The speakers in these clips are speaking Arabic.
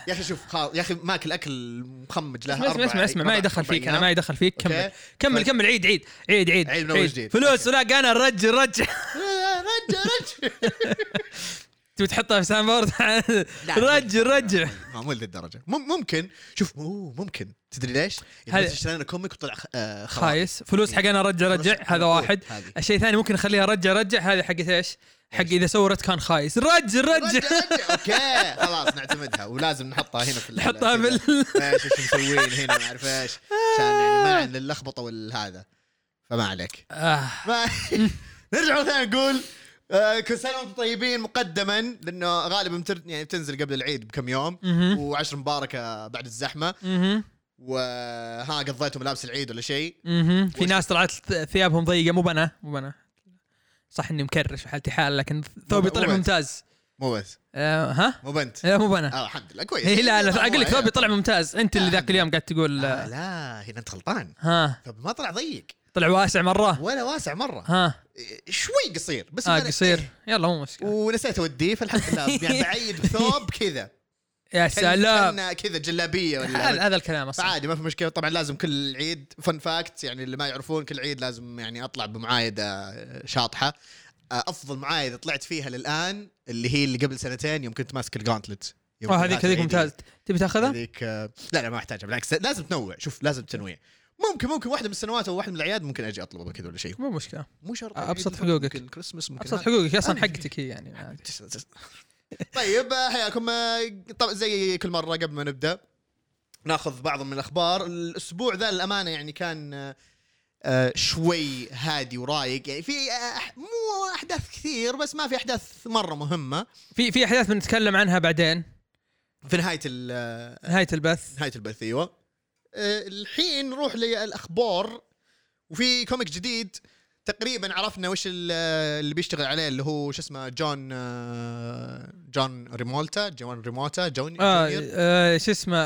يا اخي شوف يا اخي ماكل اكل مخمج لها اسمع ما يدخل فيك انا ما يدخل فيك كمل عيد فلوس ولا انا رج تبي تحطها في سامبورد رج مو للدرجه ممكن شوف ممكن تدري ليش اذا اشترينا كوميك وطلع خايس فلوس حقنا رجع هذا واحد الشيء الثاني ممكن نخليها رجع هذه حقت ايش حق اذا سورت كان خايس رج اوكي خلاص نعتمدها ولازم نحطها هنا في نحطها ايش مسوين هنا ما اعرف ايش عشان يعني ما عندنا اللخبطه والهذا فما عليك نرجع ثاني نقول كل سنة وانتم طيبين مقدما لأنه غالبا يعني بتنزل قبل العيد بكم يوم وعشر مباركة بعد الزحمة وها قضيتوا ملابس العيد ولا شيء في ناس طلعت ثيابهم ضيقة مو بنا صح إني مكرش في حالتي حال لكن ثوبي طلع ممتاز مو بس مو بنت لا مو بنا الحمد لله كويس لا أقول لك ثوبي طلع ممتاز أنت اللي ذاك اليوم قاعد تقول لا هنا أنت غلطان ثوبي ما طلع ضيق طلع واسع مرة ولا واسع مرة شوي قصير بس قصير يلا مو مشكلة ونسيت أوديه فالحمد لله يعني بعيد بثوب كذا يا سلام كذا جلابية ولا هذا الكلام أصلا عادي ما في مشكلة طبعا لازم كل عيد فن فاكت يعني اللي ما يعرفون كل عيد لازم يعني أطلع بمعايدة شاطحة أفضل معايدة طلعت فيها للآن اللي قبل سنتين يوم كنت ماسك الجانتلت هذيك ممتاز تبي تاخذها هذيك لا ما أحتاجها بالعكس لازم تنوع شوف لازم تنويع ممكن واحدة من السنوات أو واحدة من الأعياد ممكن أجي أطلبه كذا ولا شيء مو مشكلة مو شرط أبسط حقوقك ممكن كريسمس ممكن أبسط حقوقك أصلا حقتك هي يعني طيب حياكم طبعا زي كل مرة قبل ما نبدأ ناخذ بعض من الأخبار الأسبوع ذا الأمانة يعني كان شوي هادي ورايق يعني في مو أحداث كثير بس ما في أحداث مرة مهمة في أحداث بنتكلم عنها بعدين في نهاية البث أيوة الحين نروح للأخبار وفي كوميك جديد تقريبا عرفنا وش اللي بيشتغل عليه اللي هو شو اسمه جون ريموتا شو اسمه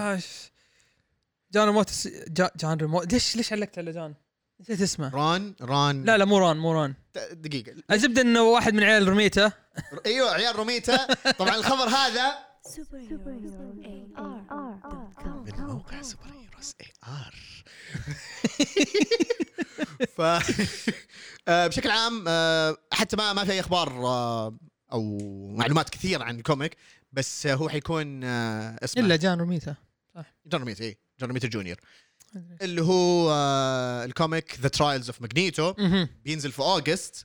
جون ريموتا ليش علقت على جون نسيت اسمه ران لا مو ران دقيقة الزبدة انه واحد من عيال روميتا ايوه عيال روميتا طبعا الخبر هذا من موقع سوبر هيروز AR بشكل عام حتى ما في اخبار او معلومات كثير عن الكوميك بس هو حيكون اسمه الا جون روميتا صح جون روميتا جونيور اللي هو الكوميك The Trials of Magneto بينزل في أغسطس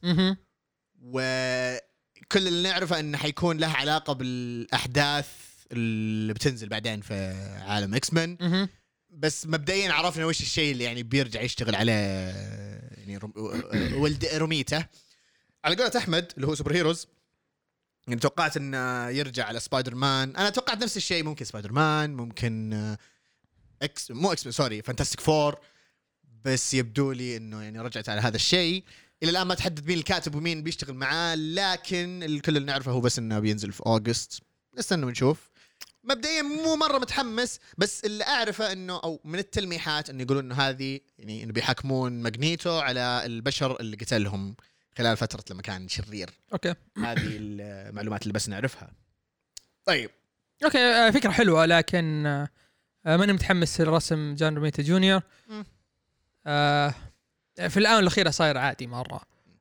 وكل اللي نعرفه انه حيكون له علاقة بالاحداث اللي بتنزل بعدين في عالم اكس-مان بس مبدئيا عرفنا وش الشيء اللي يعني بيرجع يشتغل عليه يعني ولد روميتا على قولة احمد اللي هو سوبر هيروز يعني توقعت انه يرجع على سبايدر مان انا توقعت نفس الشيء ممكن سبايدر مان ممكن فانتاستيك فور بس يبدو لي انه يعني رجعت على هذا الشيء الى الان ما تحدد مين الكاتب ومين بيشتغل معاه لكن الكل اللي نعرفه هو بس انه بينزل في أغسطس نستنى ونشوف مبدئيا مو مرة متحمس بس اللي أعرفه إنه أو من التلميحات إنه يقولون إنه هذه يعني إنه بيحكمون ماغنيتو على البشر اللي قتلهم خلال فترة لما كان شرير. أوكي. هذه المعلومات اللي بس نعرفها. طيب. أوكي فكرة حلوة لكن ماني متحمس لرسم جون روميتا جونيور. في الآونة الأخيرة صاير عادي مرة.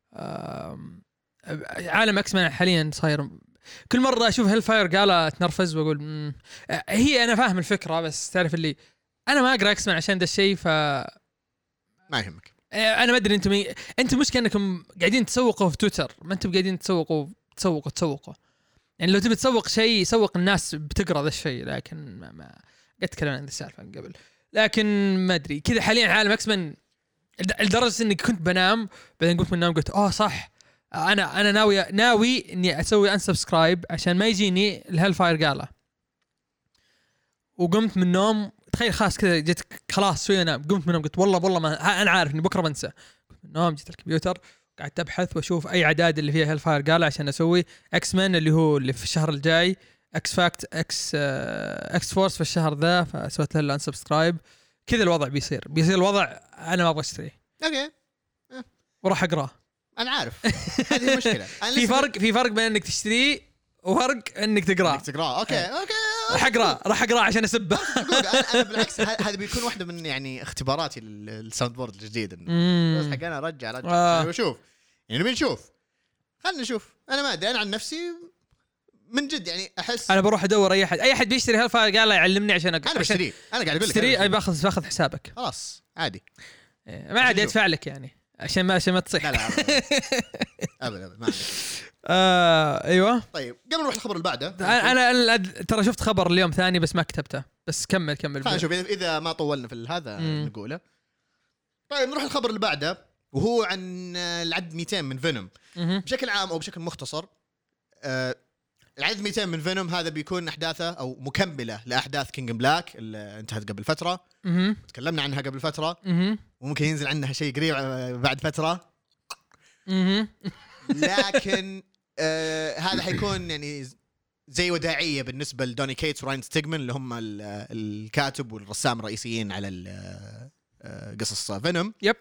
عالم اكس-مان حاليا صاير كل مرة أشوف هالفاير قالة تنرفز وأقول هي أنا فاهم الفكرة بس تعرف اللي أنا ما أقرأ اكس-مان عشان ده الشيء ما يهمك. أنا ما أدري أنتم مش كأنكم قاعدين تسوقوا في تويتر ما أنتم قاعدين تسوقوا يعني لو تبي تسوق شيء سوق الناس بتقرأ ذا الشيء لكن ما قد تكلم عن السالفة من قبل لكن ما أدري كذا حاليا عالم اكس-مان لدرجة إني كنت بنام بعدين قلت من النوم قلت صح أنا ناوي إني أسوي أنسبسكرايب عشان ما يجيني الهالفاير قالة وقمت من النوم تخيل خلاص كذا جيت خلاص شوي أنا قمت من النوم قلت والله ما أنا عارف إني بكرة بنسى قمت من النوم جيت الكمبيوتر قعدت أبحث وأشوف أي عداد اللي فيها هالفاير قالة عشان أسوي اكس-مان اللي في الشهر الجاي اكس فاكت اكس فورس في الشهر ذا فسويت له أنسبسكرايب كذا الوضع بيصير الوضع أنا ما أبغى أشتري أوكي وراح أقرأ أنا عارف هذه مشكلة في فرق بين إنك تشتري وفرق إنك تقرأ أوكي راح اقرا عشان اسبه. انا بالعكس هذا بيكون واحده من يعني اختباراتي الساوند بورد الجديد بس حق انا رجع وشوف يعني بنشوف خلنا نشوف. انا ما ادري انا عن نفسي من جد يعني احس انا بروح ادور اي احد بيشتري هالفا قال له يعلمني عشان انا بشتري. انا قاعد اقول لك اشتري اي باخذ حسابك خلاص عادي ما عاد ادفع لك يعني عشان ما تصيح. لا ابدا ما ايوه. طيب قبل نروح الخبر اللي بعده انا ترى شفت خبر اليوم ثاني بس ما كتبته بس كمل خلينا نشوف اذا ما طولنا في هذا نقوله. طيب نروح الخبر اللي بعده وهو عن العدد 200 من فينوم بشكل عام او بشكل مختصر. العدد 200 من فينوم هذا بيكون احداثه او مكمله لاحداث كينج بلاك اللي انتهت قبل فتره. تكلمنا عنها قبل فتره وممكن ينزل عنها شيء قريب بعد فتره. لكن هذا حيكون يعني زي وداعيه بالنسبه لدوني كيتس وراين ستيغمان اللي هم الكاتب والرسام الرئيسيين على قصص فينوم. يب.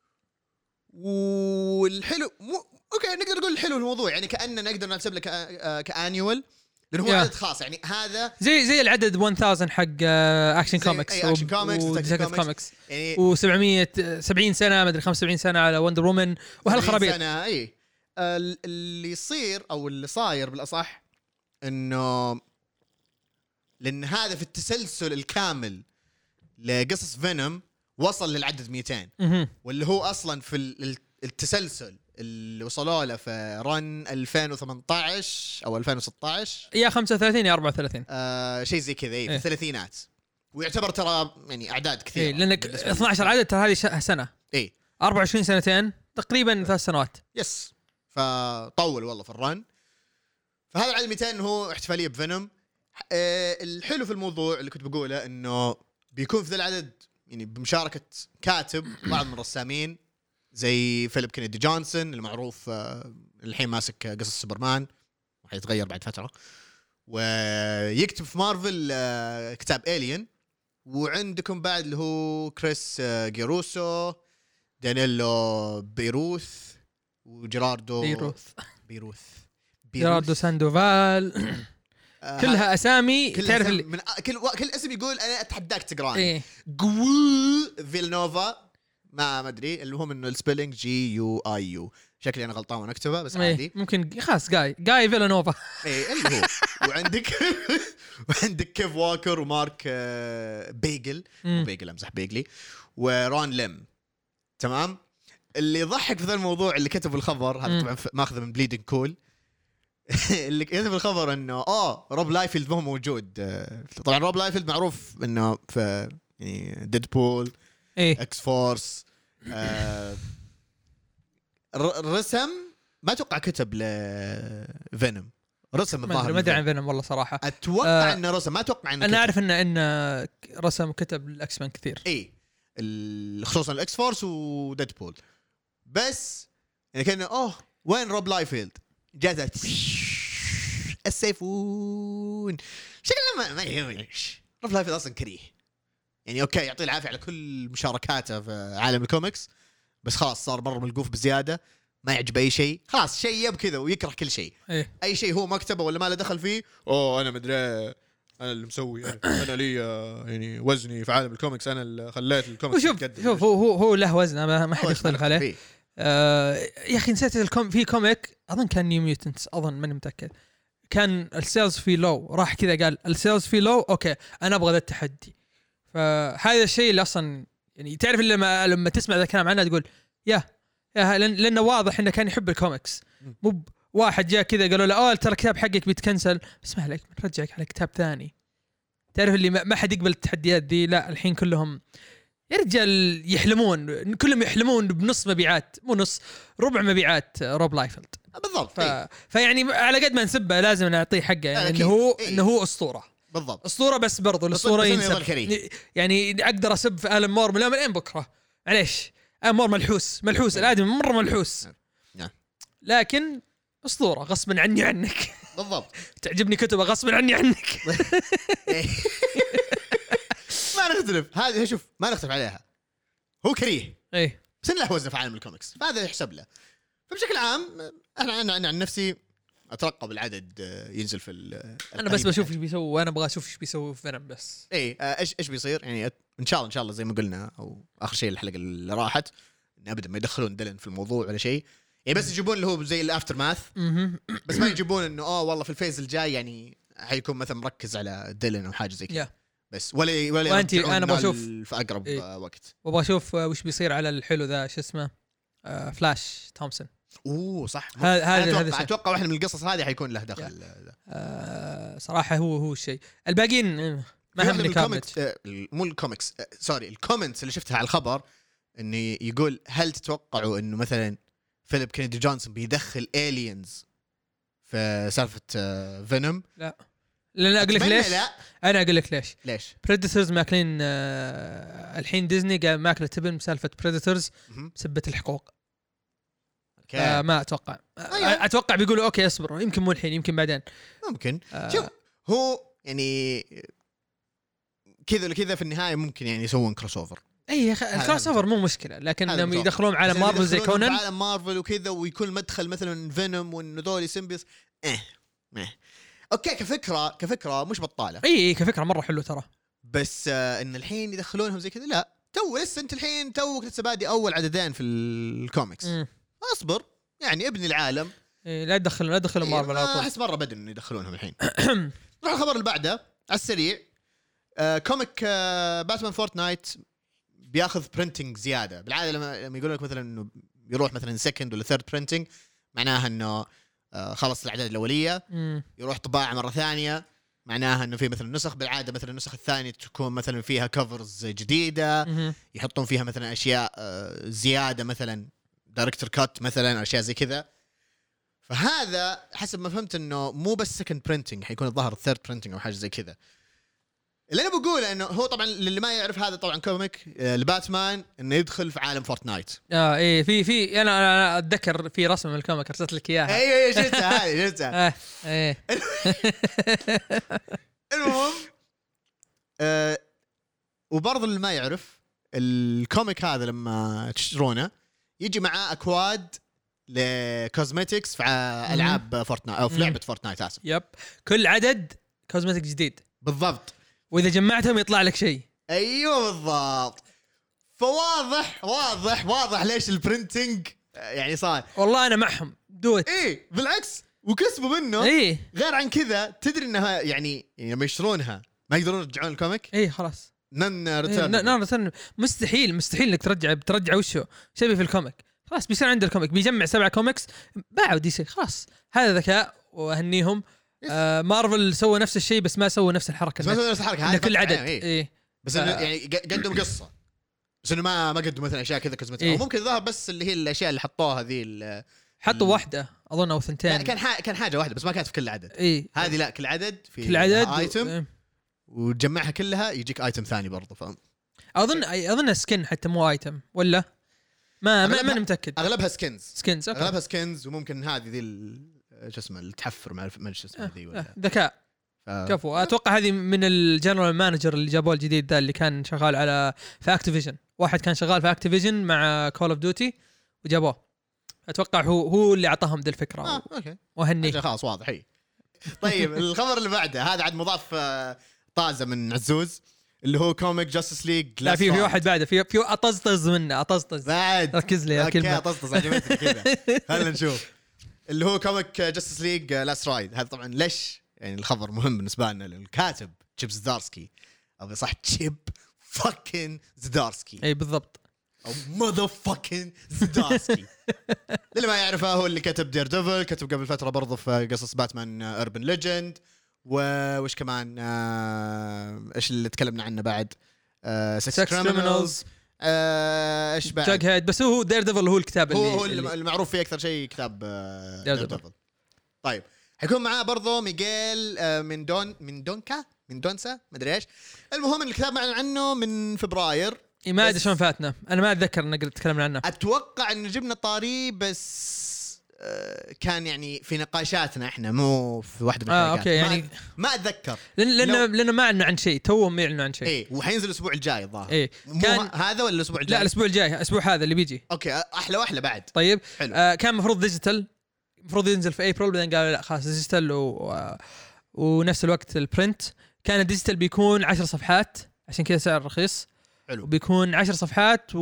والحلو اوكي نقدر نقول الحلو الموضوع يعني كأننا نقدر نحسب لك كانيوال لانه هو عدد خاص يعني هذا زي العدد 1000 حق اكشن كوميكس وديتكتيف كوميكس يعني و770 سنه ما ادري 75 سنه على وندر وومن وهالخرابيط سنه. اي اللي يصير او اللي صاير بالاصح انه لان هذا في التسلسل الكامل لقصص فينوم وصل للعدد 200 واللي هو اصلا في التسلسل اللي وصلوا له في رن 2018 او 2016 يا 35 يا 34 شيء زي كذا في الثلاثينات ويعتبر ترى يعني اعداد كثيره لانك 12 عدد ترى هذه سنه 24 سنتين تقريبا 3 سنوات يس فطول والله في الرن. فهذا العدد 200 هو احتفاليه بفينوم. الحلو في الموضوع اللي كنت بقوله انه بيكون في ذا العدد يعني بمشاركه كاتب بعض من الرسامين زي فيليب كينيدي جونسون المعروف الحين ماسك قصص سوبرمان وحيتغير بعد فترة ويكتب في مارفل كتاب إليين. وعندكم بعد اللي هو كريس جيروسو دانييلو بيروث وجيراردو جيراردو ساندوفال كلها اسامي تعرف من كل اسم يقول انا اتحداك تقراني جو فيلنوفا ما ادري المهم انه السبيلينج GUIU شكلي انا غلطان وانا اكتبه بس عادي ممكن خلاص جاي فيلانوفا اللي هو وعندك كيف واكر ومارك بيجل امزح بيجلي ورون ليم. تمام. اللي يضحك في ذا الموضوع اللي كتب الخبر هذا طبعا ماخذه من بليدنج كول اللي كتب الخبر انه روب لايفيلد مو موجود. طبعا روب لايفيلد معروف انه في يعني ديدبول اكس فورس رسم ما اتوقع كتب لفينوم رسم الظاهر ما ادري عن فينوم والله صراحه اتوقع انه رسم ما اتوقع انه انا اعرف انه رسم وكتب الاكس مان كثير خصوصا الاكس فورس وديدبول بس يعني كان وين روب لايفيلد جات السيفون شكله ما يهمنيش. روب لايفيلد اصلا كريه يعني اوكي يعطيه العافيه على كل مشاركاته في عالم الكوميكس بس خلاص صار مره ملقوف بزياده ما يعجب اي شيء خلاص شيء يب كذا ويكره كل شيء. اي شيء هو مكتبه ولا ما له دخل فيه انا مدري انا اللي مسوي انا لي يعني وزني في عالم الكوميكس انا اللي خليت الكوميكس شوف هو له وزن ما حد يختلف عليه. يا اخي نسيت في كوميك اظن كان نيو ميوتنتس اظن ماني متاكد كان السيلز في لو راح كذا قال السيلز في لو اوكي انا ابغى ذا التحدي. فهذا الشيء اللي اصلا يعني تعرف لما تسمع ذا الكلام عنه تقول يا لانه واضح انه كان يحب الكوميكس مو واحد جاء كذا قالوا له ترى الكتاب حقك بيتكنسل اسمح لك نرجعك على كتاب ثاني. تعرف اللي ما حد يقبل التحديات دي لا الحين كلهم يا رجال يحلمون كلهم يحلمون بنص مبيعات مو نص ربع مبيعات روب لايفيلد بالضبط. فيعني على قد ما نسبه لازم نعطيه حقه يعني انه هو اسطوره بالضبط اسطوره بس برضو الاسطوره ينسب يعني اقدر اسب في آلن مور من الين بكره معليش مور ملحوس الادمي مره ملحوس لكن اسطوره غصبا عني عنك بالضبط. تعجبني كتبه غصبا عني عنك ما نختلف هذه شوف ما نختلف عليها هو كريه بس له وزن في عالم الكوميكس فهذا يحسب له. فبشكل عام انا عن نفسي اترقب العدد ينزل في انا بس بشوف ايش بيسوي، وانا ابغى اشوف ايش بيسوي في فينوم بس. ايش بيصير يعني. ان شاء الله زي ما قلنا او اخر شيء الحلقه اللي راحت ان ابدا ما يدخلون ديلن في الموضوع ولا شيء يعني، بس يجيبون اللي هو زي الافتر ماث، بس ما يجيبون انه والله في الفيز الجاي يعني حيكون مثلا مركز على ديلن او حاجه زي كذا بس ولا وانت انا بشوف في اقرب وقت، وابغى اشوف وش بيصير على الحلو ذا شو اسمه فلاش تومسون. صح. هذا اتوقع واحد من القصص هذه حيكون له دخل. صراحه هو الشيء الباقيين ما همني كوميكس مو الكوميكس سوري الكومنتس اللي شفتها على الخبر انه يقول هل تتوقعوا انه مثلا فيليب كينيدي جونسون بيدخل الينز في سالفه فينوم؟ لا اقول لك ليش. انا اقول لك ليش بريديتورز ماكلين الحين ديزني قاعد ماكله تبن بسالفه بريديتورز بسبه الحقوق. ما اتوقع اتوقع بيقولوا اوكي اصبروا يمكن مو الحين يمكن بعدين ممكن. شوف هو يعني كذا ولا كذا في النهايه ممكن يعني يسوون كروس اوفر. الكروس اوفر مو مشكله، لكن انهم يدخلون عالم مارفل زي كونان عالم مارفل وكذا ويكون مدخل مثلا فينوم وانه ذولي سيمبيوس اوكي كفكره مش بطاله. كفكره مره حلو ترى، بس ان الحين يدخلونهم زي كذا لا لسه انت الحين لسه بادي اول عددين في الكوميكس. اصبر يعني ابني العالم. لا تدخلوا مارفل على طول. احس مره بدل انه يدخلونهم الحين. نروح الخبر اللي بعده على السريع. كوميك باتمان فورتنايت بياخذ برينتينج زياده. بالعاده لما يقول لك مثلا انه يروح مثلا سكند ولا ثيرد برينتينج معناها انه خلص الاعداد الاوليه يروح طباعه مره ثانيه، معناها انه في مثلا نسخ. بالعاده مثلا النسخ الثانيه تكون مثلا فيها كفرز جديده، يحطون فيها مثلا اشياء زياده مثلا دايركتور كات مثلا اشياء زي كذا. فهذا حسب ما فهمت انه مو بس سكند برينتينج، حيكون الظاهر ثيرد برينتينج او حاجه زي كذا. اللي انا بقوله انه هو طبعا اللي ما يعرف هذا طبعا كوميك لباتمان انه يدخل في عالم فورتنايت. في انا اتذكر في رسم من الكوميك ارسلت لك اياها. ايوه شفتها هذه شفتها. المهم وبرضه اللي ما يعرف الكوميك هذا لما تشترونه يجي معاه اكواد لكوزمتكس في العاب فورتنايت او في لعبه فورتنايت اسف. يب كل عدد كوزمتيك جديد بالضبط، واذا جمعتهم يطلع لك شيء. ايوه بالضبط. فواضح ليش البرينتينج يعني صار. والله انا معهم دوت. بالعكس وكسبوا منه. غير عن كذا تدري انها يعني لما يشترونها ما يقدرون يرجعون الكوميك. خلاص نن ريتيرن مستحيل انك ترجع وشو شبيه في الكوميك. خلاص بيصير عنده الكوميك بيجمع 7 كوميكس باعوا دي سي خلاص. هذا ذكاء واهنيهم. مارفل سووا نفس الشيء بس ما سووا نفس الحركه. هذا كل عدد بس يعني قدموا قصه بس انه ما قدموا مثلا اشياء كذا كوزمتيك. او ممكن ظهر بس اللي هي الاشياء اللي حطوها ذي حطوا واحده اظن او ثنتين. كان حاجه واحده بس ما كانت في كل عدد. هذه لا كل عدد في كل عدد ايتم وتجمعها كلها يجيك ايتم ثاني برضه. فاهم اظن سكن حتى مو ايتم ولا ما متاكد. اغلبها سكنز اغلبها سكنز وممكن هذه ذي شو اسمه التحفر ما شو اسمه ذي ولا ذكاء. كفو. اتوقع هذه من الجنرال مانجر اللي جابوه الجديد ذا اللي كان شغال على في اكتيفيجن. واحد كان شغال في اكتيفيجن مع كول اوف ديوتي وجابوه. اتوقع هو اللي اعطاهم ذي الفكره. اوكي وهني خلاص واضح. هي طيب الخبر اللي بعده هذا عاد مضاف طازه من عزوز اللي هو كوميك جاستس ليج. لا في واحد بعده في اطزطز منه بعد ركز لي الكلمه اطزطز عجبتني كذا. خلينا نشوف اللي هو كوميك جاستس ليج لاست رايد. هذا طبعا ليش يعني الخبر مهم بالنسبه لنا للكاتب تشيب زدارسكي او صح تشيب فاكين زدارسكي. اي بالضبط او ماذر فاكين زدارسكي. اللي ما يعرفه هو اللي كتب دير ديفل، كتب قبل فتره برضه في قصص باتمان أربن ليجند وش كمان ايش اللي تكلمنا عنه بعد سكس كريمنالز ايش بعد جاك هيد. بس هو دير ديفل هو الكتاب هو المعروف فيه اكثر شيء كتاب دير ديفل. طيب حيكون معاه برضه ميغيل من دونسا ما ادري ايش. المهم الكتاب معنا عنه من فبراير. ما ادري شلون فاتنا انا ما اتذكر ان قلت تكلمنا عنه. اتوقع ان جبنا طاري بس كان يعني في نقاشاتنا احنا مو في واحده من الحلقات. اوكي يعني ما اتذكر لان ما اعلنوا عن شيء توهم يعلنوا عن شيء. وحينزل الاسبوع الجاي الظاهر. كان هذا ولا الاسبوع الجاي؟ لا الاسبوع الجاي الاسبوع هذا اللي بيجي. اوكي احلى واحلى بعد. طيب كان مفروض ديجيتال المفروض ينزل في ابريل، بعدين قالوا لا خلاص ديجيتال ونفس الوقت البرنت. كان الديجيتال بيكون 10 صفحات عشان كذا سعر رخيص. حلو. وبيكون 10 صفحات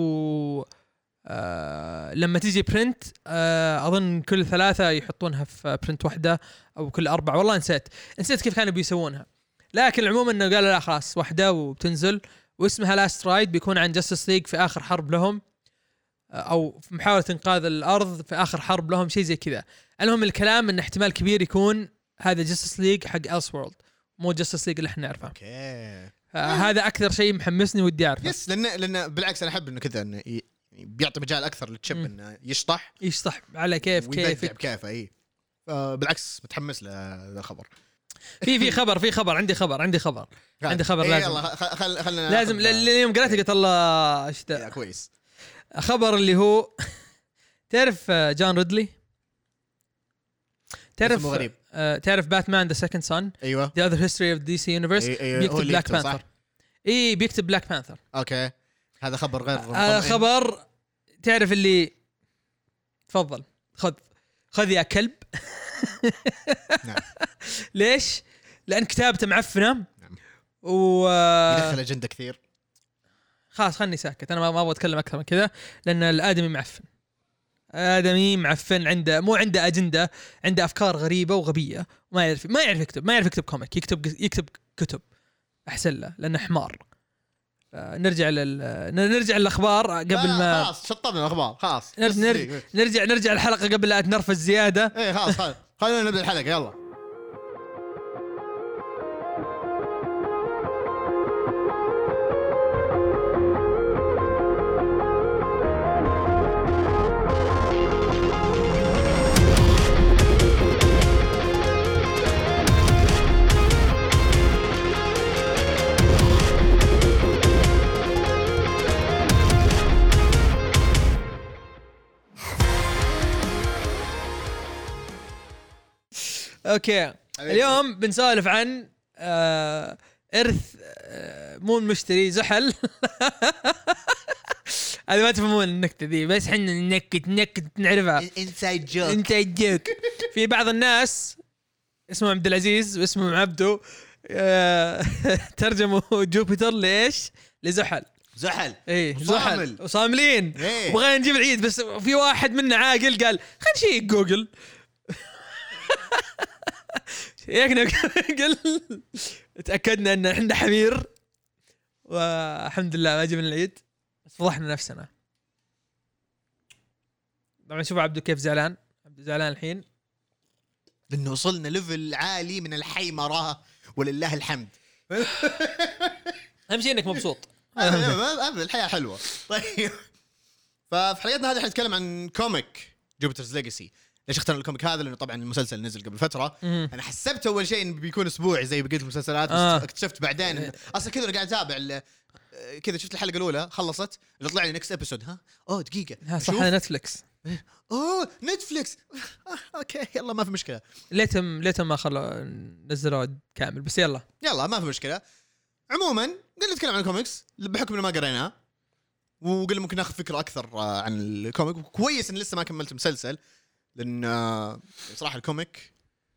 لما تيجي برنت اظن كل 3 يحطونها في برنت واحده او كل 4، والله نسيت كيف كانوا بيسوونها. لكن العموم انه قالوا لا خلاص واحده وبتنزل، واسمها لاست رايد، بيكون عن جاستس ليج في اخر حرب لهم او في محاوله انقاذ الارض في اخر حرب لهم، شيء زي كذا. المهم الكلام ان احتمال كبير يكون هذا جاستس ليج حق إلس وورلد، مو جاستس ليج اللي احنا نعرفه. اوكي. هذا اكثر شيء محمسني ودي اعرفه. يس، لان بالعكس انا احب انه كذا انه بيعطي مجال اكثر للتشيب انه يشطح على كيف بكيفه. اي بالعكس متحمس لهذا الخبر. في خبر عندي خبر لازم. يلا خلنا لازم اليوم قرأت قلت الله ايش ذا كويس. خبر اللي هو تعرف جون ريدلي؟ تعرف باتمان ذا سكند سون؟ ايوه. ذا اذر هيستوري اوف دي سي يونيفرس. بيكتب بلاك بانثر. بيكتب بلاك بانثر. اوكي هذا خبر غير خبر. تعرف اللي تفضل خذ يا كلب. نعم. ليش؟ لأن كتابته معفنة. نعم. يدخل أجندة كثير. خلاص خلني ساكت، أنا ما أبغى أتكلم أكثر من كذا، لأن الآدمي معفن عنده أجندة، عنده أفكار غريبة وغبية، ما يعرف يكتب كوميك، يكتب كتب أحسن له لأنه حمار. نرجع للأخبار قبل ما خلاص شطبنا الأخبار خلاص. نرجع الحلقة قبل لا أتنرفز زيادة. إيه خلاص خلينا نبدأ الحلقة يلا. اوكي اليوم بنسولف عن ارث مو المشتري زحل. هذا ما تفهمون النكته دي، بس احنا نكت نعرفها انسايد جوك. في بعض الناس اسمه عبد العزيز واسمه عبده ترجموا جوبيتر ليش؟ لزحل. ايه زحل وصاملين. وبغينا نجيب العيد، بس في واحد منا عاقل قال خلينا نشيك جوجل. قال تأكدنا ان احنا حمير، والحمد لله ما جبنا العيد، بس فضحنا نفسنا. طبعا شوف عبده كيف زعلان الحين لانه وصلنا ليفل عالي من الحيمرة ولله الحمد. اهم شيء انك مبسوط. الحياة حلوة. طيب ففي حلقتنا هذه حنتكلم عن كوميك جوبيترز ليجاسي. ليش اخترنا الكوميك هذا؟ لانه طبعا المسلسل نزل قبل فتره. انا حسبت اول شيء انه بيكون اسبوعي زي بقيه المسلسلات، بس اكتشفت بعدين اصلا كذا انا قاعد اتابع كذا، شفت الحلقه الاولى خلصت اللي طلع لي نكست ابيسود. دقيقه صح على نتفليكس. نتفليكس. اوكي يلا ما في مشكله. ليتهم ما خلوا نزلوا كامل، بس يلا ما في مشكله. عموما قلنا نتكلم عن الكوميكس بحكم انه ما قريناه، وقلنا ممكن ناخذ فكره اكثر عن الكوميك. كويس ان لسه ما كملت مسلسل، لأن صراحة الكوميك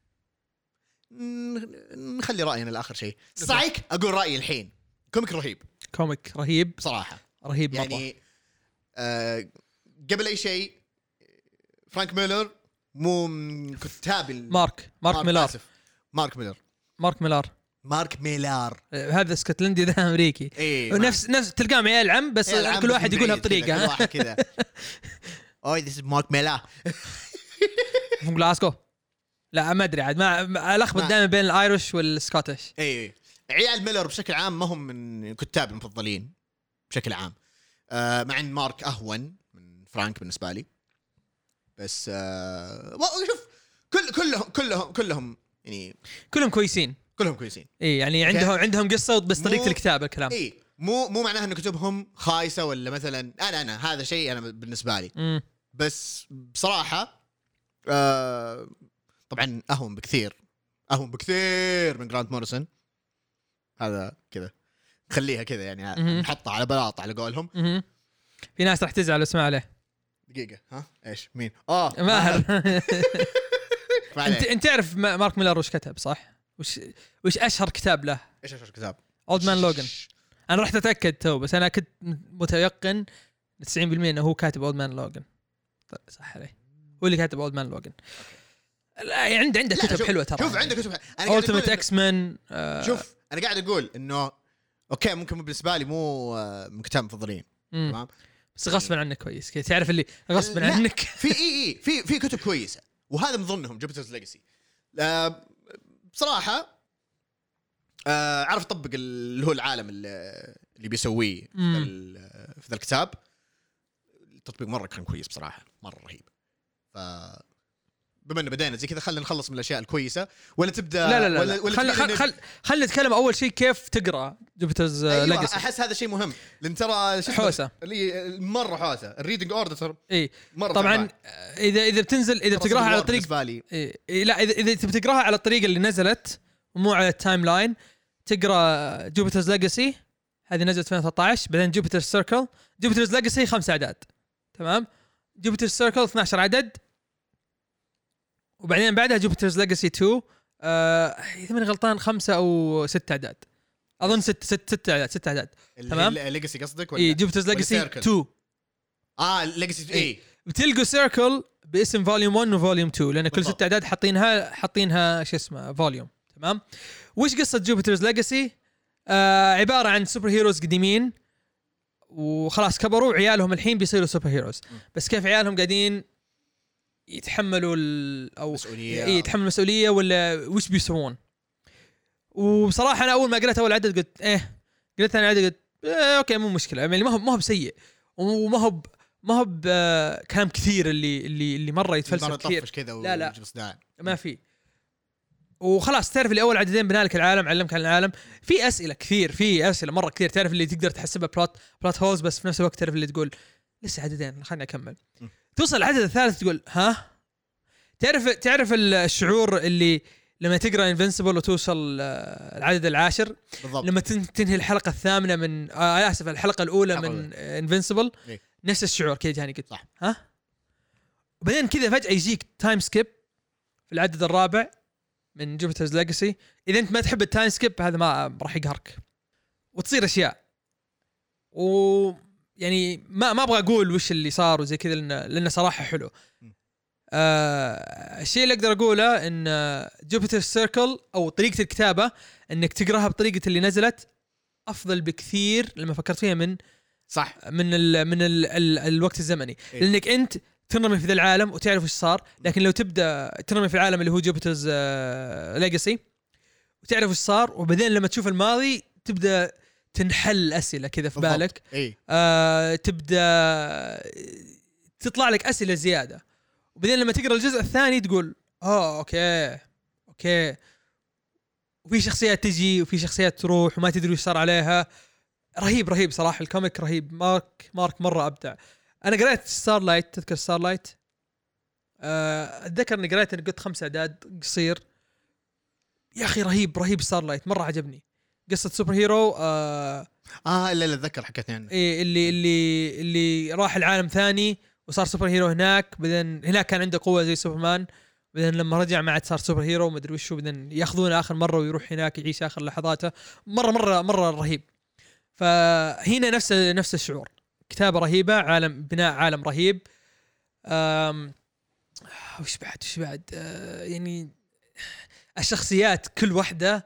نخلي رأينا لآخر شيء. صايك أقول رأيي الحين. كوميك رهيب صراحة، رهيب يعني قبل أي شيء فرانك ميلر مو من كتاب مارك ميلار. هذا اسكتلندي ذا أمريكي. نفس تلقاه عيال عم، بس كل واحد يقولها بطريقة. كل واحد كذا. this is مارك ميلار. من جلاسكو. لا ما ادري عاد، ما الخبط دائما بين الايرش والسكوتش. اي عيال ميلر بشكل عام ما هم من كتاب المفضلين بشكل عام، مع ان مارك اهون من فرانك بالنسبه لي. بس شوف كلهم يعني كلهم كويسين. اي يعني عندهم قصه، بس طريقه الكتابه الكلام. اي مو معناها ان كتبهم خايسه ولا مثلا انا هذا شيء انا بالنسبه لي. بس بصراحه طبعا اهون بكثير من جرانت موريسون. هذا كذا خليها كذا يعني نحطها على بلاط على قولهم. في ناس راح تزعل اسمع عليه. دقيقه ايش مين؟ ماهر. انت تعرف مارك ميلر وش كتب صح؟ وش اشهر كتاب له؟ ايش اشهر كتاب؟ اولد مان لوجن. انا رحت اتاكد تو، بس انا كنت متيقن 90% انه هو كاتب اولد مان لوجن. صح عليه، هو اللي كاتب اولد مان لوجن. لا يعني عنده كتب حلوه ترى. شوف عنده كتب. انا ألتيميت اكس مان. شوف انا قاعد اقول انه اوكي ممكن بالنسبه لي مو من كتاب مفضلين تمام، بس غصبا عنك كويس كذا، تعرف اللي غصبا عنك. في كتب كويسه، وهذا من ضمنهم جوبيترز ليجاسي. بصراحه عرف طبق اللي هو العالم اللي بيسويه في ذا الكتاب. التطبيق مره كان كويس بصراحه، مره رهيب. ف بما انه بدينا زي كذا خلينا نخلص من الاشياء الكويسه ولا تبدا؟ لا خلينا نتكلم اول شيء كيف تقرا جوبيترز ليجاسي. احس هذا شيء مهم لان ترى حوسه اللي مره حوسه الريدنج اوردر. اي طبعا اذا بتنزل اذا بتقراها على الطريق لا اذا بتقراها على الطريقه اللي نزلت ومو على التايم لاين، تقرا جوبيترز ليجاسي هذه نزلت في 2013، بعدين جوبيترز سيركل. جوبيترز ليجاسي 5 اعداد تمام، جوبيترز سيركل 12 عدد، وبعدين بعدها جوبيترز ليجاسي 2 اذا ماني غلطان 5 أو 6 اعداد، اظن 6 اعداد تمام. ليجاسي قصدك ولا جوبيترز ليجاسي 2 ليجاسي اي بتلقوا سيركل باسم فوليوم 1 وفوليوم 2 لان كل 6 اعداد حاطينها شو اسمه فوليوم تمام. وش قصه جوبيترز ليجاسي؟ عباره عن سوبر هيروز قديمين وخلاص كبروا، عيالهم الحين بيصيروا سوبر هيروز، بس كيف عيالهم قاعدين يتحملوا او يتحملوا مسؤوليه ولا وش بيسوون. وبصراحه انا اول ما قريت اول عدد قلت قريت انا عدد قلت اوكي مو مشكله، يعني ما هو بسيء وما هو كلام كثير اللي مره يتفلسف كثير. لا ما في. وخلاص تعرف اللي اول عددين بنالك العالم، علمك عن العالم، في اسئله كثير، في اسئله مره كثير، تعرف اللي تقدر تحسبها بلوت هولز، بس في نفس الوقت تعرف اللي تقول لسه عددين خليني اكمل. توصل العدد الثالث تقول تعرف الشعور اللي لما تقرا انفنسبل وتوصل العدد العاشر بالضبط. لما تنهي الحلقه الثامنه من اسف الحلقه الاولى من انفنسبل نفس الشعور كذا جاني قلت صح وبعدين كذا فجاه يجيك تايم سكيب في العدد الرابع من جوبيترز ليجاسي. اذا انت ما تحب التايم سكيب هذا ما راح يقهرك وتصير اشياء يعني ما ابغى اقول وش اللي صار وزي كذا لانه صراحه حلو. الشيء اللي اقدر اقوله ان جوبيترز سيركل او طريقه الكتابه انك تقراها بطريقه اللي نزلت افضل بكثير لما فكرت فيها من الوقت الزمني. لانك انت تنرمي في ذا العالم وتعرف وش صار، لكن لو تبدا تنرمي في العالم اللي هو جوبيترز ليجاسي وتعرف وش صار، وبعدين لما تشوف الماضي تبدا تنحل اسئله كذا في بالك تبدا تطلع لك اسئله زياده، وبعدين لما تقرا الجزء الثاني تقول اوكي وفي شخصيات تجي وفي شخصيات تروح وما تدري وش صار عليها. رهيب صراحه الكوميك رهيب. مارك مره ابدع. انا قرأت ستارلايت، تذكر ستارلايت؟ اتذكر اني قرأت قلت 5 اعداد قصير يا اخي رهيب ستارلايت مره عجبني. قصه سوبر هيرو لا اتذكر حكيتني عنه. اللي راح العالم ثاني وصار سوبر هيرو هناك، بعدين هناك كان عنده قوه زي سوبرمان، بعدين لما رجع ما عاد صار سوبر هيرو وما ادري وشو، بعدين ياخذونه اخر مره ويروح هناك يعيش اخر لحظاته. مره رهيب. فهنا نفس الشعور، كتابه رهيبه، بناء عالم رهيب. وش بعد يعني الشخصيات كل واحده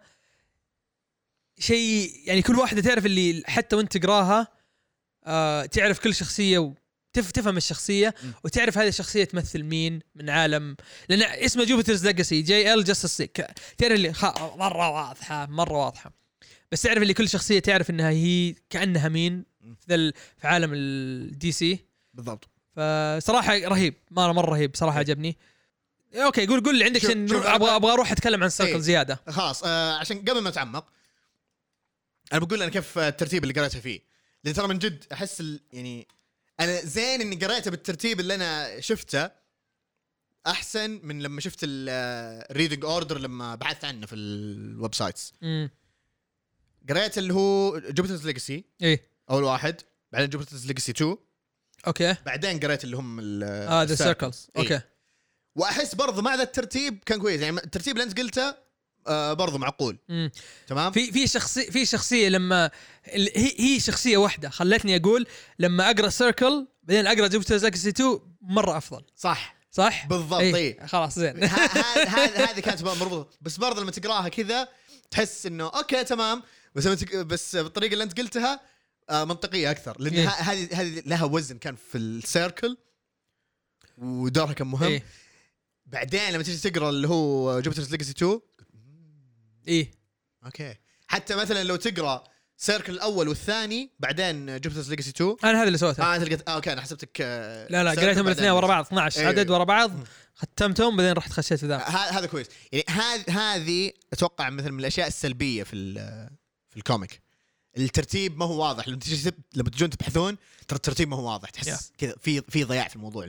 شيء، يعني كل واحده تعرف اللي حتى وانت تقراها تعرف كل شخصيه وتفهم الشخصيه وتعرف هذه الشخصيه تمثل مين من عالم، لان اسمه جوبيترز ليجاسي JL جاستس ليج، تعرف اللي مره واضحه، بس تعرف اللي كل شخصيه تعرف انها هي كانها مين في عالم الدي سي بالضبط. فصراحه رهيب، مره رهيب صراحه عجبني. اوكي قول اللي عندك. ابغى اروح اتكلم عن سيركل زياده خلاص. عشان قبل ما اتعمق انا بقول انا كيف الترتيب اللي قرأته فيه، لان ترى من جد احس يعني انا زين اني قرأته بالترتيب اللي انا شفته احسن من لما شفت الريدنج اوردر لما بحثت عنه في الويب سايتس. قرأت اللي هو جوبيترز ليجاسي اول واحد، بعدين جوبيترز ليجاسي 2 اوكي، بعدين قرأت اللي هم ذا سيركلز اوكي. واحس برضو مع ذا الترتيب كان كويس يعني الترتيب اللي انت قلته برضو معقول. تمام. في شخصيه لما هي شخصيه واحده خلتني اقول لما اقرا سيركل بعدين اقرا جوبيترز ليجاسي 2 مره افضل. صح بالضبط. ايه خلاص زين. هذه كانت مربوطه بس برضه لما تقراها كذا تحس انه اوكي تمام بس بالطريقه اللي انت قلتها منطقيه اكثر لان هذه لها وزن كان في السيركل ودورها كان مهم. بعدين لما تيجي تقرا اللي هو جوبيترز ليجاسي 2 اوكي حتى مثلا لو تقرا سيركل الاول والثاني بعدين جوبيترز ليجاسي 2 انا هذا اللي سويته. اوكي انا حسبتك لا قريتهم الاثنين ورا بعض 12 عدد ورا بعض ختمتهم بعدين رحت خشيت في ذا. هذا كويس يعني. هذه اتوقع مثلا من الاشياء السلبيه في الكوميك الترتيب ما هو واضح. لما تجون تبحثون ترى الترتيب ما هو واضح تحس كذا في ضياع في الموضوع.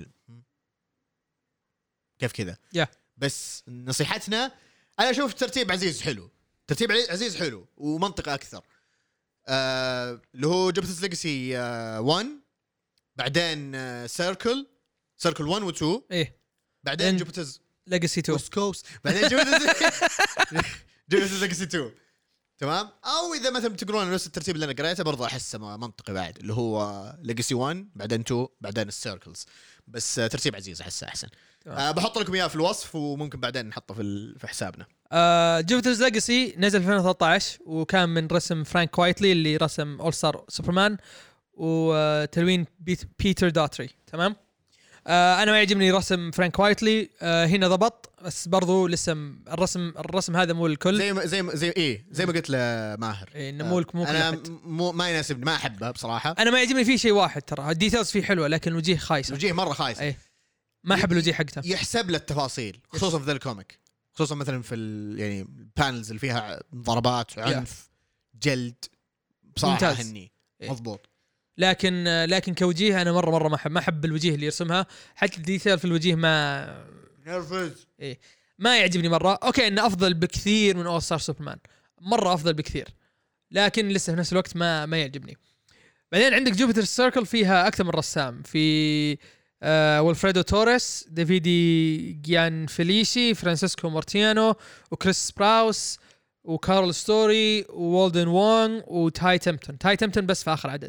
كيف كذا بس نصيحتنا انا اشوف الترتيب عزيز حلو. ترتيب عزيز حلو ومنطقي اكثر. اللي هو جوبيترز ليجاسي 1 بعدين سيركل 1 و 2 بعدين جوبيترز ليجاسي 2 وسكوس بعدين جوبيترز ليجاسي 2 تمام. او اذا مثلا بتقرون نفس الترتيب اللي انا قريته برضه احسه منطقي بعد اللي هو ليجاسي 1 بعدين 2 بعدين السيركلز. بس ترتيب عزيز احسه احسن. بحط لكم اياه في الوصف وممكن بعدين نحطه في حسابنا. جوبيترز ليجاسي نزل في 2013 وكان من رسم فرانك وايتلي اللي رسم اول ستار سوبرمان وتلوين بيتر داتري. تمام. انا ما يعجبني رسم فرانك وايتلي. هنا ضبط بس برضو لسه الرسم هذا مو الكل زي ما قلت لماهر انه مو انا ما يناسبني ما احبه بصراحه. انا ما يعجبني فيه شيء واحد ترى الديتيلز فيه حلوه لكن الوجيه خايسه. الوجيه مره خايسه. ما احب الوجيه حقته. يحسب له التفاصيل خصوصا في ذا الكوميك خصوصا مثلا في يعني البانلز اللي فيها ضربات وعنف جلد بصراحه هني مضبوط. لكن كوجيه انا مره ما احب الوجيه اللي يرسمها. حتى الديتيل في الوجيه ما نرفز ما يعجبني مره. اوكي انه افضل بكثير من اول ستار سوبرمان مره افضل بكثير لكن لسه في نفس الوقت ما يعجبني. بعدين عندك جوبيتر سيركل فيها اكثر من رسام في والفريدو توريس ديفيدي جيان فيليشي فرانسيسكو مارتيانو وكريس سبراوس وكارل ستوري وولدن وونغ وتاي تيمبتون بس في آخر عدد.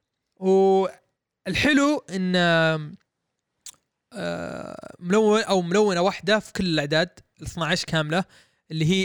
والحلو إن ملونة واحدة في كل الأعداد 12 كاملة اللي هي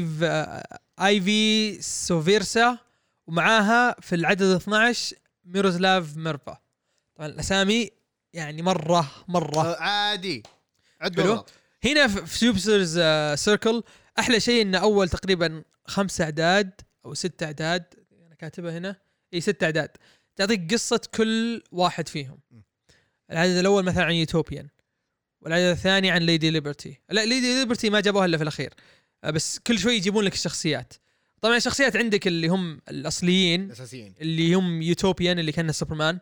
آيفي سوفيرسا ومعاها في العدد 12 ميروسلاف ميرفا. طبعا الأسامي يعني مرة عادي عدوا. هنا في جوبيترز سيركل أحلى شيء إن أول تقريبا 5 أعداد أو 6 أعداد أنا كاتبها هنا 6 أعداد تعطيك قصة كل واحد فيهم. العدد الأول مثلا عن يوتوبيان والعدد الثاني عن ليدي ليبرتي. لا ليدي ليبرتي ما جابوها إلا في الأخير بس كل شوي يجيبون لك الشخصيات. طبعا الشخصيات عندك اللي هم الأصليين الأساسيين اللي هم يوتوبيان اللي كان سوبرمان.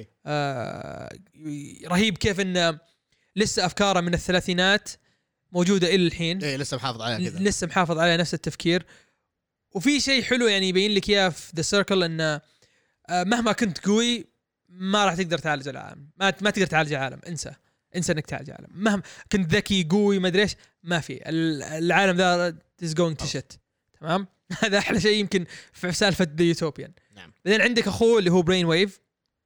رهيب كيف إن لسه أفكاره من الثلاثينات موجودة إلى الحين. لسه محافظ عليها كذا لسه محافظ عليها نفس التفكير. وفي شيء حلو يعني يبين لك إياه في ذا سيركل إن مهما كنت قوي ما راح تقدر تعالج العالم. ما تقدر تعالج العالم. انسى انك تعالج العالم مهما كنت ذكي قوي ما ادري ايش ما في. العالم ذا is going to shit. تمام. هذا احلى شيء يمكن في سالفه ذا يوتوبيان. نعم. بعدين عندك اخوه اللي هو برين ويف.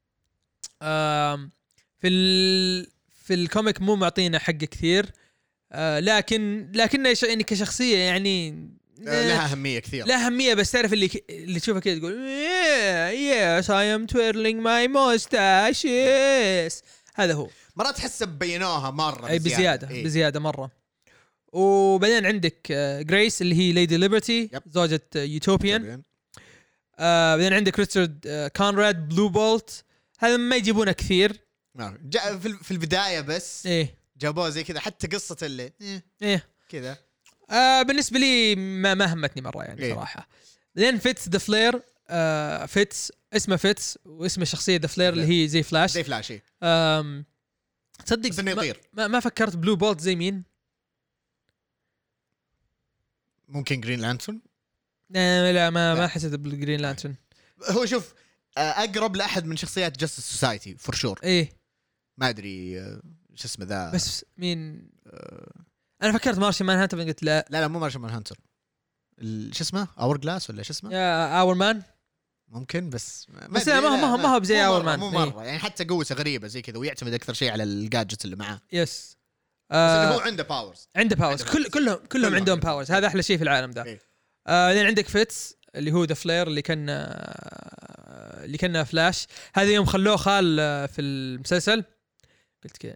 في الكوميك مو معطينا حقه كثير لكن يعني كشخصيه يعني لها أهمية كثير. لها أهمية بس تعرف اللي تشوفه كده تقول yes I am twirling my mustache yes. هذا هو. مرات تحس بينوها مرة بزيادة مرة. وبعدين عندك جريس اللي هي ليدي ليبرتي زوجة يوتوبيان. بعدين عندك ريتشارد كونراد بلو بولت. هذا ما يجيبونه كثير في البداية بس جابوه زي كذا حتى قصة اللي كذا بالنسبة لي ما همتني مرة يعني صراحة. لين فيتس ذا فلير فيتس اسمه فيتس واسم الشخصية ذا فلير اللي هي زي فلاش تصدق ما فكرت بلو بولت زي مين؟ ممكن جرين لانترن. لا ما حسيت بالجرين لانترن. هو شوف اقرب لاحد من شخصيات جاستس سوسايتي فور شور. ايه ما ادري شو اسمه ذا بس مين انا فكرت مارشي مان هانتر قلت لا لا مو مارشال مان هانتر شو اسمه اور جلاس ولا شو اسمه يا اور مان ممكن بس ما هو بزي اور مان مو مرة يعني حتى قوته غريبة زي كذا ويعتمد أكثر شيء على الجادجت اللي معاه يس بس إنه هو عنده باورز كلهم عندهم باورز هذا أحلى شيء في العالم ده لين عندك فيتس اللي هو ذا فلير اللي كان فلاش هذا يوم خلوه خال في المسلسل قلت كذا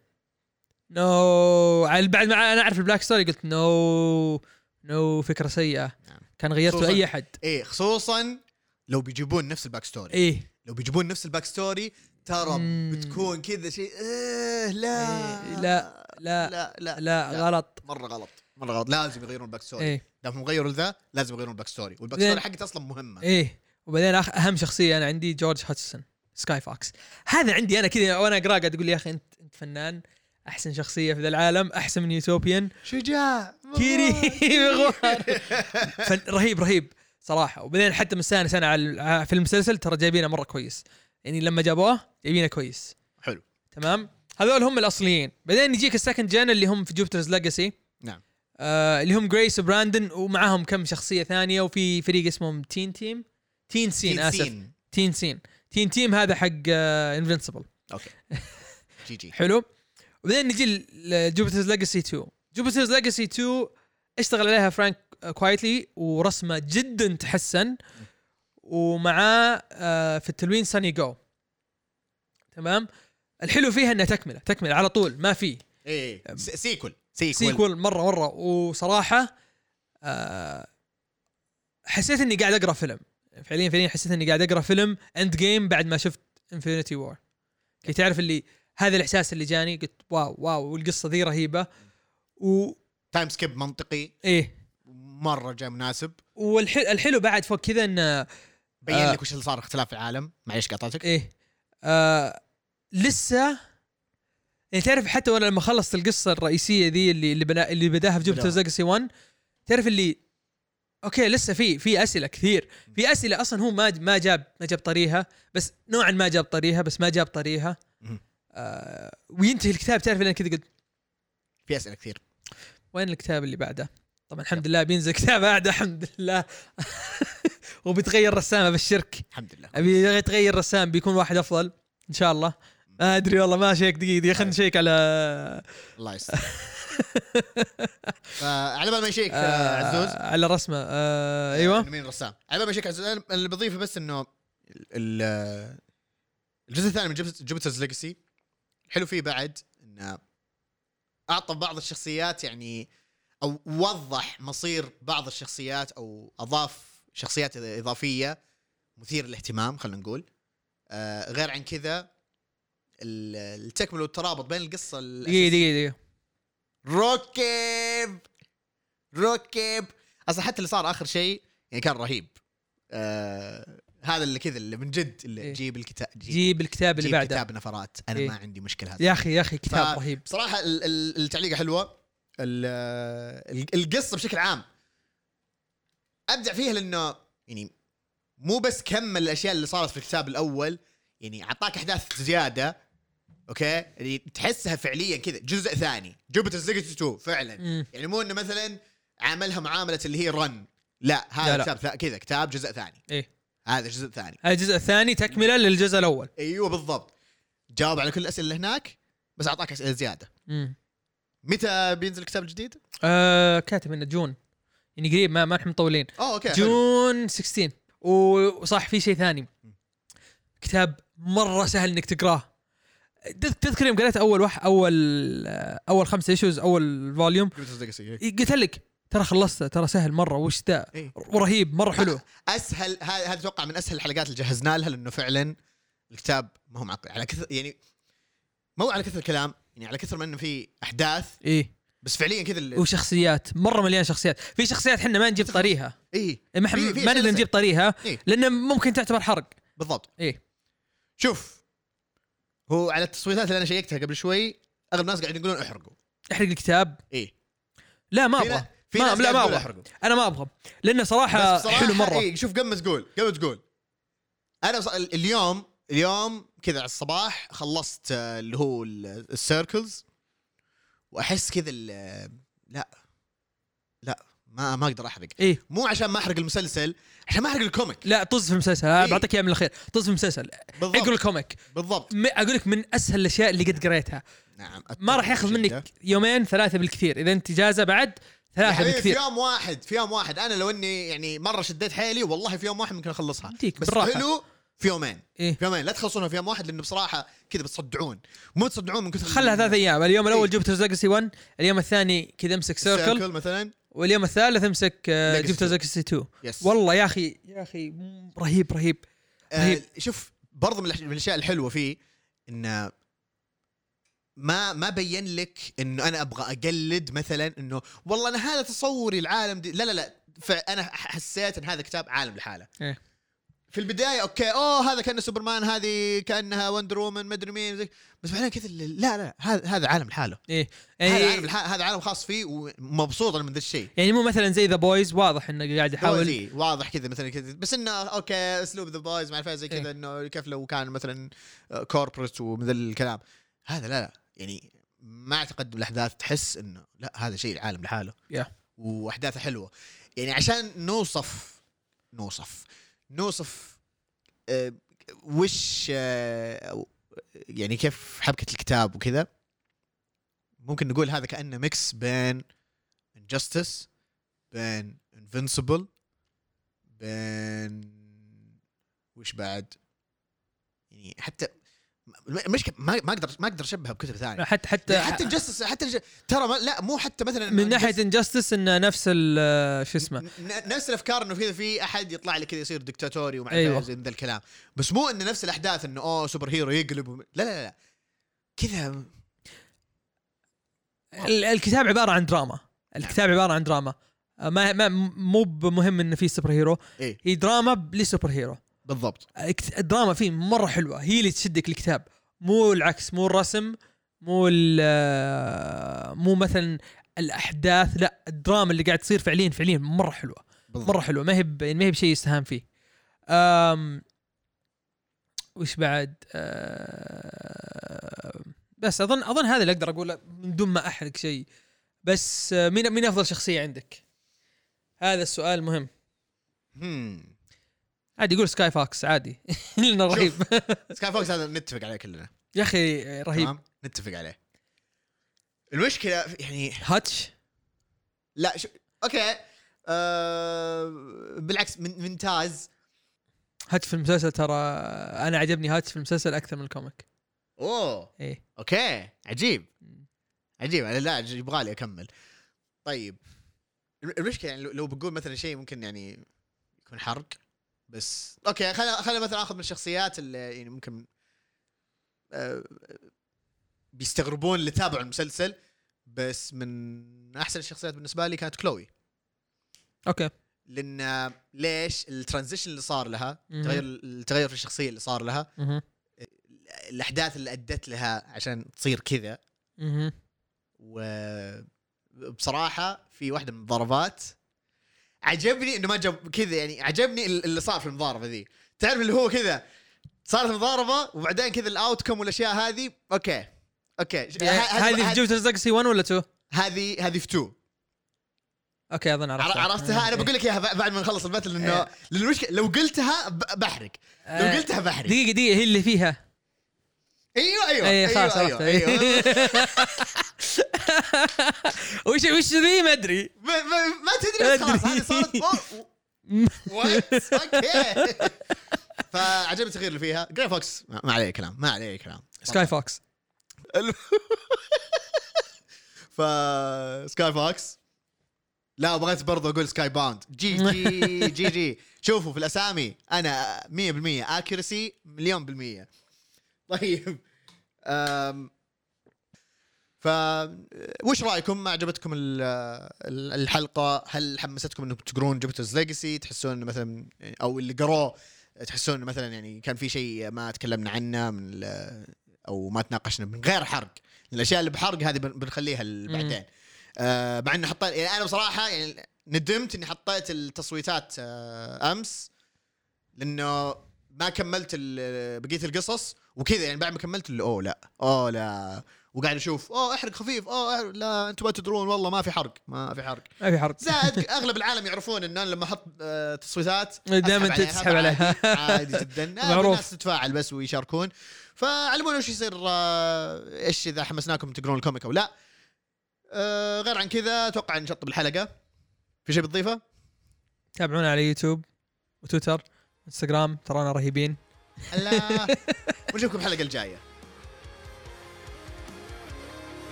بعد ما انا اعرف البلاك ستوري قلت نو فكره سيئه كان غيرته اي احد خصوصا لو بيجيبون نفس الباك ستوري لو بيجيبون نفس الباك ستوري ترى بتكون كذا شيء لا غلط مرة غلط لازم يغيرون الباك ستوري دام غيروا ذا لازم يغيرون الباك ستوري والباك ستوري حقته اصلا مهمه وبعدين اهم شخصيه انا عندي جورج هاتسون سكاي فوكس هذا عندي انا كذا وانا اقرا قاعد اقول يا اخي انت فنان احسن شخصيه في ذا العالم احسن من يوتوبيان شجاع كريم رهيب صراحه وبعدين حتى مستانس انا في المسلسل ترى جايبينه مره كويس يعني لما جابوه جايبينه كويس حلو تمام هذول هم الاصليين بعدين يجيك السكند جن اللي هم في جوبيترز ليجاسي نعم اللي هم جريس وبراندن ومعاهم كم شخصيه ثانيه وفي فريق اسمهم تين سين هذا حق انفنسبل اوكي جي حلو وبعدين نجي لجوبيترز ليجاسي 2 جوبيترز ليجاسي 2 اشتغل عليها فرانك كوايتلي ورسمه جدا تحسن ومعاه في التلوين ساني جو تمام الحلو فيها انها تكمل على طول ما في سيكول مره وصراحه حسيت اني قاعد اقرا فيلم فعليا حسيت اني قاعد اقرا فيلم اند جيم بعد ما شفت انفينيتي وور كي تعرف اللي هذا الاحساس اللي جاني قلت واو والقصه ذي رهيبه تايم سكيب منطقي مره جاي مناسب والحلو بعد فوق كذا انه بين لك وش اللي صار اختلاف في العالم معليش قاطعتك لسه يعني تعرف حتى وانا لما خلصت القصه الرئيسيه ذي اللي بداها في جوبيترز ليجاسي 1 تعرف اللي اوكي لسه في اسئله كثير في اسئله اصلا هو ما جاب طريقها بس نوعا ما جاب طريقها بس ما جاب طريقها وينتهي الكتاب تعرف انا كذا قلت في اسئله كثير وين الكتاب اللي بعده طبعا الحمد لله بينزل كتاب بعده الحمد لله وبيتغير رسامه بالشرك الحمد لله ابي يتغير رسام بيكون واحد افضل ان شاء الله ما ادري والله ما شيك دقيقه خلينا نشيك على الله يستر على بال ما يشيك عزوز على رسمه ايوه مين الرسام على بال ما يشيك عزوز اللي بضيفه بس انه الجزء الثاني من جوبيترز ليجاسي حلو فيه بعد انه اعطى بعض الشخصيات يعني او وضح مصير بعض الشخصيات او اضاف شخصيات اضافيه مثير للاهتمام خلينا نقول غير عن كذا التكمل والترابط بين القصه دقيقه روكيب اصلا حتى اللي صار اخر شيء يعني كان رهيب هذا اللي كذا اللي من جد اللي جيب الكتاب اللي بعده كتاب نفرات انا ما عندي مشكله هذا يا اخي كتاب رهيب صراحه التعليقه حلوه القصه بشكل عام ابدع فيها لانه يعني مو بس كمل الاشياء اللي صارت في الكتاب الاول يعني اعطاك احداث زياده اوكي يعني تحسها فعليا كذا جزء ثاني جوبيترز ليجاسي 2 فعلا يعني مو انه مثلا عاملها معامله اللي هي رن لا هذا كتاب كذا كتاب جزء ثاني هذا الجزء الثاني هذا الجزء الثاني تكمله للجزء الاول ايوه بالضبط جاوب على كل الاسئله اللي هناك بس اعطاك اسئله زياده متى بينزل الكتاب الجديد كاتب انه جون يعني قريب ما نحن مطولين اوكي جون 16 وصح في شيء ثاني كتاب مره سهل انك تقراه تذكر يوم قريت اول 5 ايشوز اول فوليوم قلت لك ترى خلصت ترى سهل مره وش ذا ورهيب مره حلو اسهل هذا اتوقع من اسهل الحلقات اللي جهزنا لها لانه فعلا الكتاب ما هو معقد على كثر يعني مو على كثر الكلام يعني على كثر ما انه في احداث بس فعليا كذا وشخصيات مره مليان شخصيات في شخصيات احنا ما نجيب طريقها ما نقدر نجيب طريقها لانه ممكن تعتبر حرق بالضبط شوف هو على التصويتات اللي انا شيكتها قبل شوي اغلب الناس قاعدين يقولون احرق الكتاب لا ما ابغى ما ابغى انا ما ابغى لانه صراحه حلو مره شوف قبل ما تقول انا اليوم كذا على الصباح خلصت اللي هو السيركلز واحس كذا لا ما اقدر احرق. إيه؟ مو عشان ما احرق المسلسل، عشان ما احرق الكوميك. لا طز في المسلسل. إيه؟ بعطيك اياه من الخير، طز في المسلسل. اقرا الكوميك. بالضبط. اقول لك من اسهل الاشياء اللي قد قريتها. نعم. ما راح ياخذ منك يومين ثلاثه بالكثير، اذا انت اجازه بعد 3 بالكثير. في يوم واحد انا لو اني يعني مره شديت حيلي والله في يوم واحد ممكن اخلصها. بس بالراحة. حلو في يومين. إيه؟ في يومين لا تخلصونها في يوم واحد، لانه بصراحه كذا بتصدعون، مو تصدعون من كثر. خلها 3 ايام. اليوم الاول إيه؟ جبت ليجاسي 1، اليوم الثاني كذا امسك سيركل مثلا، واليوم الثالث امسك جبت ليجاسي 2. والله يا اخي رهيب. شوف برضه من الاشياء الحلوه فيه انه ما بين لك انه انا ابغى اقلد مثلا انه والله انا هذا تصوري العالم دي. لا فانا حسيت ان هذا كتاب عالم لحاله. إيه؟ في البدايه اوكي هذا كان سوبرمان، هذه كانها وندر وومن مدري مين، بس بعدين كذا لا هذا عالم لحاله. ايه هذا عالم خاص فيه ومبسوط من ذا الشيء. يعني مو مثلا زي ذا بويز واضح انه قاعد يحاول واضح كذا مثلا كذا، بس انه اوكي اسلوب ذا بويز مع فاز زي كذا. إيه؟ انه كيف لو كان مثلا كوربريت ومن ذا الكلام هذا. لا يعني مع تقدم الاحداث تحس انه لا هذا شيء عالم لحاله. واحداثه حلوه. يعني عشان نوصف وش يعني كيف حبكة الكتاب وكذا، ممكن نقول هذا كأنه ميكس بين Injustice، بين Invincible، بين وش بعد يعني. حتى مش ما اقدر اشبهها بكتب ثانيه. حتى Injustice ترى لا مو حتى مثلا من ناحيه Injustice انه نفس شو اسمه نفس الافكار، انه في احد يطلع لك كذا يصير دكتاتوري ومع زي ذا الكلام، بس مو انه نفس الاحداث انه سوبر هيرو يقلب لا كذا. الكتاب عباره عن دراما. ما مو بمهم انه في سوبر هيرو. إيه؟ هي دراما لسوبر هيرو بالضبط. الدراما فيه مره حلوه، هي اللي تشدك الكتاب، مو العكس، مو الرسم، مو مثلا الاحداث. لا الدراما اللي قاعد تصير فعليا مره حلوه بالضبط. مره حلوه، ما هي بشيء يستهان فيه. وش بعد بس اظن هذا اللي اقدر اقوله من دون ما احرق شيء. بس مين افضل شخصيه عندك؟ هذا السؤال مهم. عادي يقول سكاي فوكس عادي. لأنه رهيب. سكاي فوكس هذا نتفق عليه كلنا يا أخي، رهيب. نتفق عليه. المشكلة يعني هاتش لا اوكي بالعكس من تاز. هاتش في المسلسل ترى انا عجبني هاتش في المسلسل اكثر من الكوميك. ايه اوكي عجيب انا لا يبغى لي اكمل. طيب المشكلة يعني لو بقول مثلا شيء ممكن يعني يكون حرق، بس اوكي خلينا مثلا اخذ من الشخصيات اللي يعني ممكن بيستغربون اللي تابعوا المسلسل، بس من احسن الشخصيات بالنسبه لي كانت كلوي. اوكي لان ليش الترانزيشن اللي صار لها، التغير في الشخصيه اللي صار لها، الاحداث اللي ادت لها عشان تصير كذا. وبصراحه في واحده من الضربات عجبني انه ما جاب كذا، يعني عجبني اللي صار في المضاربه ذي. تعرف اللي هو كذا صارت مضاربه وبعدين كذا الاوتكم والاشياء هذه. اوكي هذه في جوتر زاكسي 1 ولا 2؟ هذه في 2. اوكي اظن عرفتها. انا بقول لك اياها بعد ما نخلص الباتل، لانه المشكله لو قلتها بحرق. دقيقه هي اللي فيها. ايوه خلاص وش ذي ما ادري ما تدري، خلاص هذه صارت اوكي. فعجبني التغيير اللي فيها. جراي فوكس ما عليه كلام سكاي فوكس. سكاي فوكس. لا بغيت برضه اقول سكاي باوند. جي شوفوا في الاسامي انا 100% اكيرسي 1,000,000%. طيب وش رايكم؟ ما عجبتكم الحلقه؟ هل حمستكم انكم تقرون جوبيترز ليجاسي؟ تحسون انه مثلا او اللي قروه تحسون انه مثلا يعني كان في شيء ما تكلمنا عنه من او ما تناقشنا من غير حرق؟ الاشياء اللي بحرق هذه بنخليها بعدين. مع انه حطيت يعني انا بصراحه يعني ندمت اني حطيت التصويتات امس، لانه ما كملت بقيه القصص وكذا. يعني بعد ما كملت اللي لا وقاعد اشوف احرق خفيف لا انتم ما تدرون والله ما في حرق ما في حرق زائد اغلب العالم يعرفون ان انا لما احط تصويتات دائما تسحب عليها عادي جدا الناس تتفاعل بس ويشاركون. فعلمونا وش يصير ايش اذا حمسناكم تقرون الكوميك او لا. غير عن كذا اتوقع نشطب الحلقه. في شيء بتضيفه؟ تابعونا على يوتيوب وتويتر انستغرام ترانا رهيبين. لا ونشوفكم الحلقه الجايه.